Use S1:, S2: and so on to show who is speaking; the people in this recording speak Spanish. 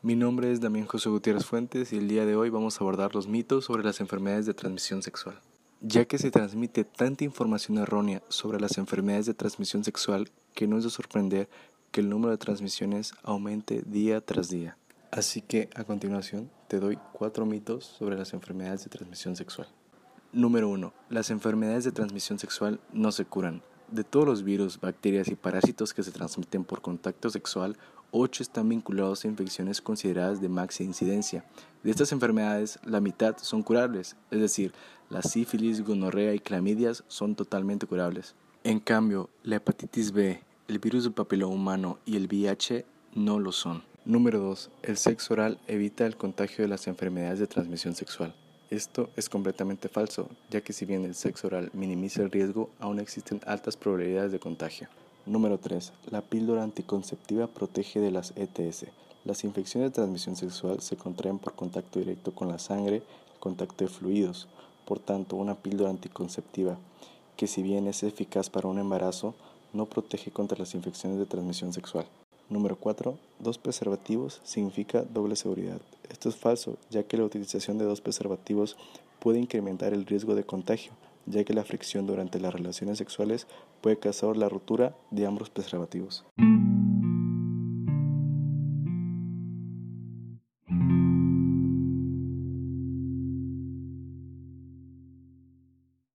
S1: Mi nombre es Damián José Gutiérrez Fuentes y el día de hoy vamos a abordar los mitos sobre las enfermedades de transmisión sexual. Ya que se transmite tanta información errónea sobre las enfermedades de transmisión sexual que no es de sorprender que el número de transmisiones aumente día tras día. Así que a continuación te doy 4 mitos sobre las enfermedades de transmisión sexual. Número 1. Las enfermedades de transmisión sexual no se curan. De todos los virus, bacterias y parásitos que se transmiten por contacto sexual, 8 están vinculados a infecciones consideradas de máxima incidencia. De estas enfermedades, la mitad son curables, es decir, la sífilis, gonorrea y clamidias son totalmente curables. En cambio, la hepatitis B, el virus del papiloma humano y el VIH no lo son. Número 2. El sexo oral evita el contagio de las enfermedades de transmisión sexual. Esto es completamente falso, ya que si bien el sexo oral minimiza el riesgo, aún existen altas probabilidades de contagio. Número 3. La píldora anticonceptiva protege de las ETS. Las infecciones de transmisión sexual se contraen por contacto directo con la sangre, el contacto de fluidos. Por tanto, una píldora anticonceptiva, que si bien es eficaz para un embarazo, no protege contra las infecciones de transmisión sexual. Número 4. 2 preservativos significa doble seguridad. Esto es falso, ya que la utilización de 2 preservativos puede incrementar el riesgo de contagio, ya que la fricción durante las relaciones sexuales puede causar la rotura de ambos preservativos.